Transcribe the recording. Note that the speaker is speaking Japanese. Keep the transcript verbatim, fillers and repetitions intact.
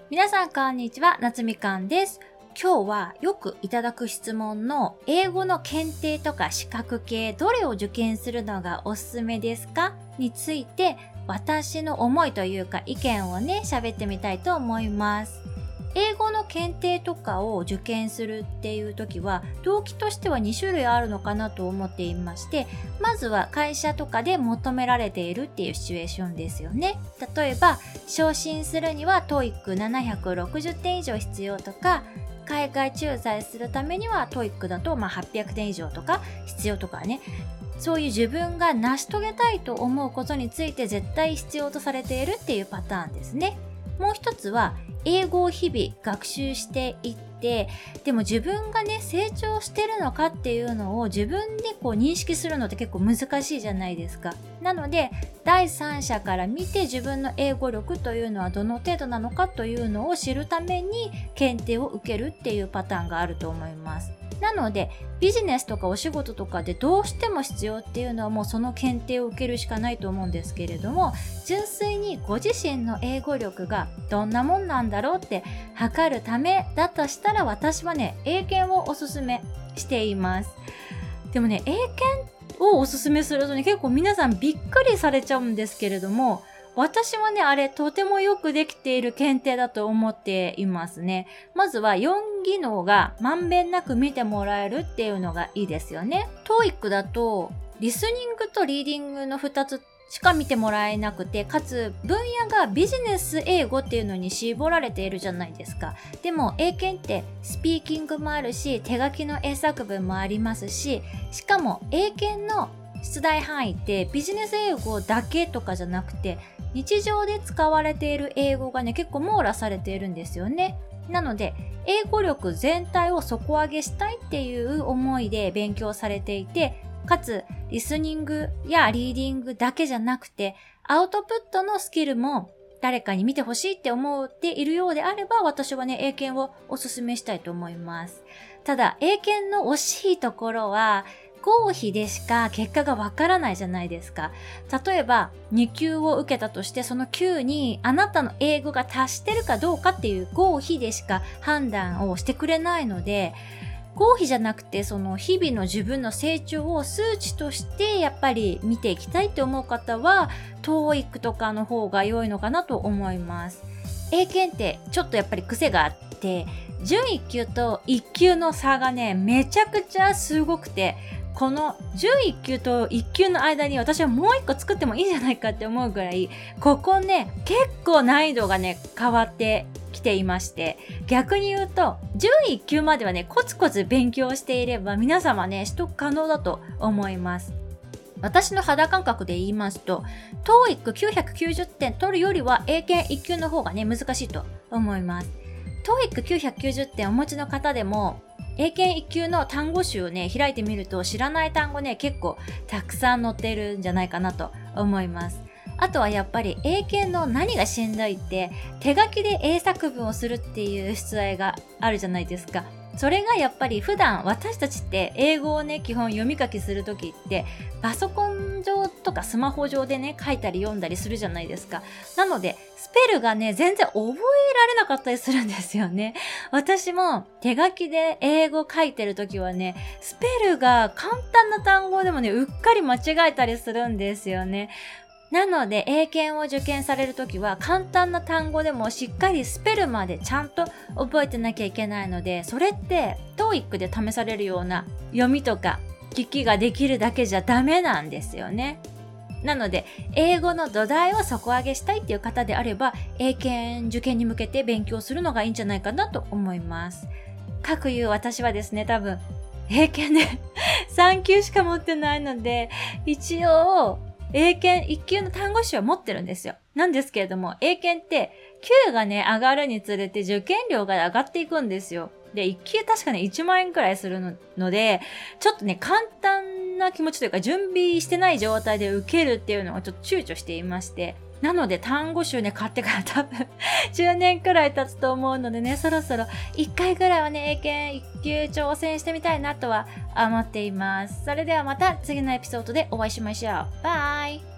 皆さんこんにちは、なつみかんです。今日はよくいただく質問の英語の検定とか資格系どれを受験するのがおすすめですかについて私の思いというか意見をね喋ってみたいと思います。英語の検定とかを受験するっていう時は動機としてはに種類あるのかなと思っていまして、まずは会社とかで求められているっていうシチュエーションですよね。例えば昇進するには トーイックななひゃくろくじゅってん以上必要とか、海外駐在するためには トーイックだとまあはっぴゃくてん以上とか必要とかね、そういう自分が成し遂げたいと思うことについて絶対必要とされているっていうパターンですね。もう一つは英語を日々学習していって、でも自分がね成長してるのかっていうのを自分でこう認識するのって結構難しいじゃないですか。なので第三者から見て自分の英語力というのはどの程度なのかというのを知るために検定を受けるっていうパターンがあると思います。なのでビジネスとかお仕事とかでどうしても必要っていうのはもうその検定を受けるしかないと思うんですけれども、純粋にご自身の英語力がどんなもんなんだろうって測るためだとしたら、私はね英検をおすすめしています。でもね英検をおすすめするとね結構皆さんびっくりされちゃうんですけれども、私はねあれとてもよくできている検定だと思っていますね。まずはよん技能がまんべんなく見てもらえるっていうのがいいですよね。トーイック だとリスニングとリーディングのふたつしか見てもらえなくて、かつ分野がビジネス英語っていうのに絞られているじゃないですか。でも英検ってスピーキングもあるし手書きの英作文もありますし、しかも英検の出題範囲ってビジネス英語だけとかじゃなくて日常で使われている英語がね結構網羅されているんですよね。なので英語力全体を底上げしたいっていう思いで勉強されていて、かつリスニングやリーディングだけじゃなくてアウトプットのスキルも誰かに見てほしいって思っているようであれば、私はね英検をおすすめしたいと思います。ただ英検の惜しいところは合否でしか結果がわからないじゃないですか。例えばに級を受けたとして、その級にあなたの英語が達してるかどうかっていう合否でしか判断をしてくれないので、合否じゃなくてその日々の自分の成長を数値としてやっぱり見ていきたいって思う方は トーイック とかの方が良いのかなと思います。英検ってちょっとやっぱり癖があって、準いっ級といっ級の差がねめちゃくちゃすごくて、この準いっ級といっ級の間に私はもういっこ作ってもいいんじゃないかって思うぐらい、ここね結構難易度がね変わってきていまして、逆に言うと準いっ級まではねコツコツ勉強していれば皆様ね取得可能だと思います。私の肌感覚で言いますと トーイックきゅうひゃくきゅうじゅってん取るよりは英検いっ級の方がね難しいと思います。トーイックきゅうひゃくきゅうじゅってんお持ちの方でも英検いっ級の単語集をね開いてみると知らない単語ね結構たくさん載ってるんじゃないかなと思います。あとはやっぱり英検の何がしんどいって手書きで英作文をするっていう出題があるじゃないですか。それがやっぱり普段私たちって英語をね基本読み書きするときってパソコン上とかスマホ上でね書いたり読んだりするじゃないですか。なのでスペルがね全然覚えられなかったりするんですよね。私も手書きで英語書いてるときはねスペルが簡単な単語でもねうっかり間違えたりするんですよね。なので英検を受験されるときは簡単な単語でもしっかりスペルまでちゃんと覚えてなきゃいけないので、それって トーイック で試されるような読みとか聞きができるだけじゃダメなんですよね。なので英語の土台を底上げしたいっていう方であれば英検受験に向けて勉強するのがいいんじゃないかなと思います。かくいう私はですね多分英検でさん級しか持ってないので、一応英検いっ級の単語集は持ってるんですよ。なんですけれども英検って級がね上がるにつれて受験料が上がっていくんですよ。でいっ級確かねいちまんえんくらいする の, のでちょっとね簡単な気持ちというか準備してない状態で受けるっていうのをちょっと躊躇していまして、なので単語集ね買ってから多分じゅうねんくらい経つと思うのでね、そろそろいっかいぐらいはね英検いっ級挑戦してみたいなとは思っています。それではまた次のエピソードでお会いしましょう。バイ。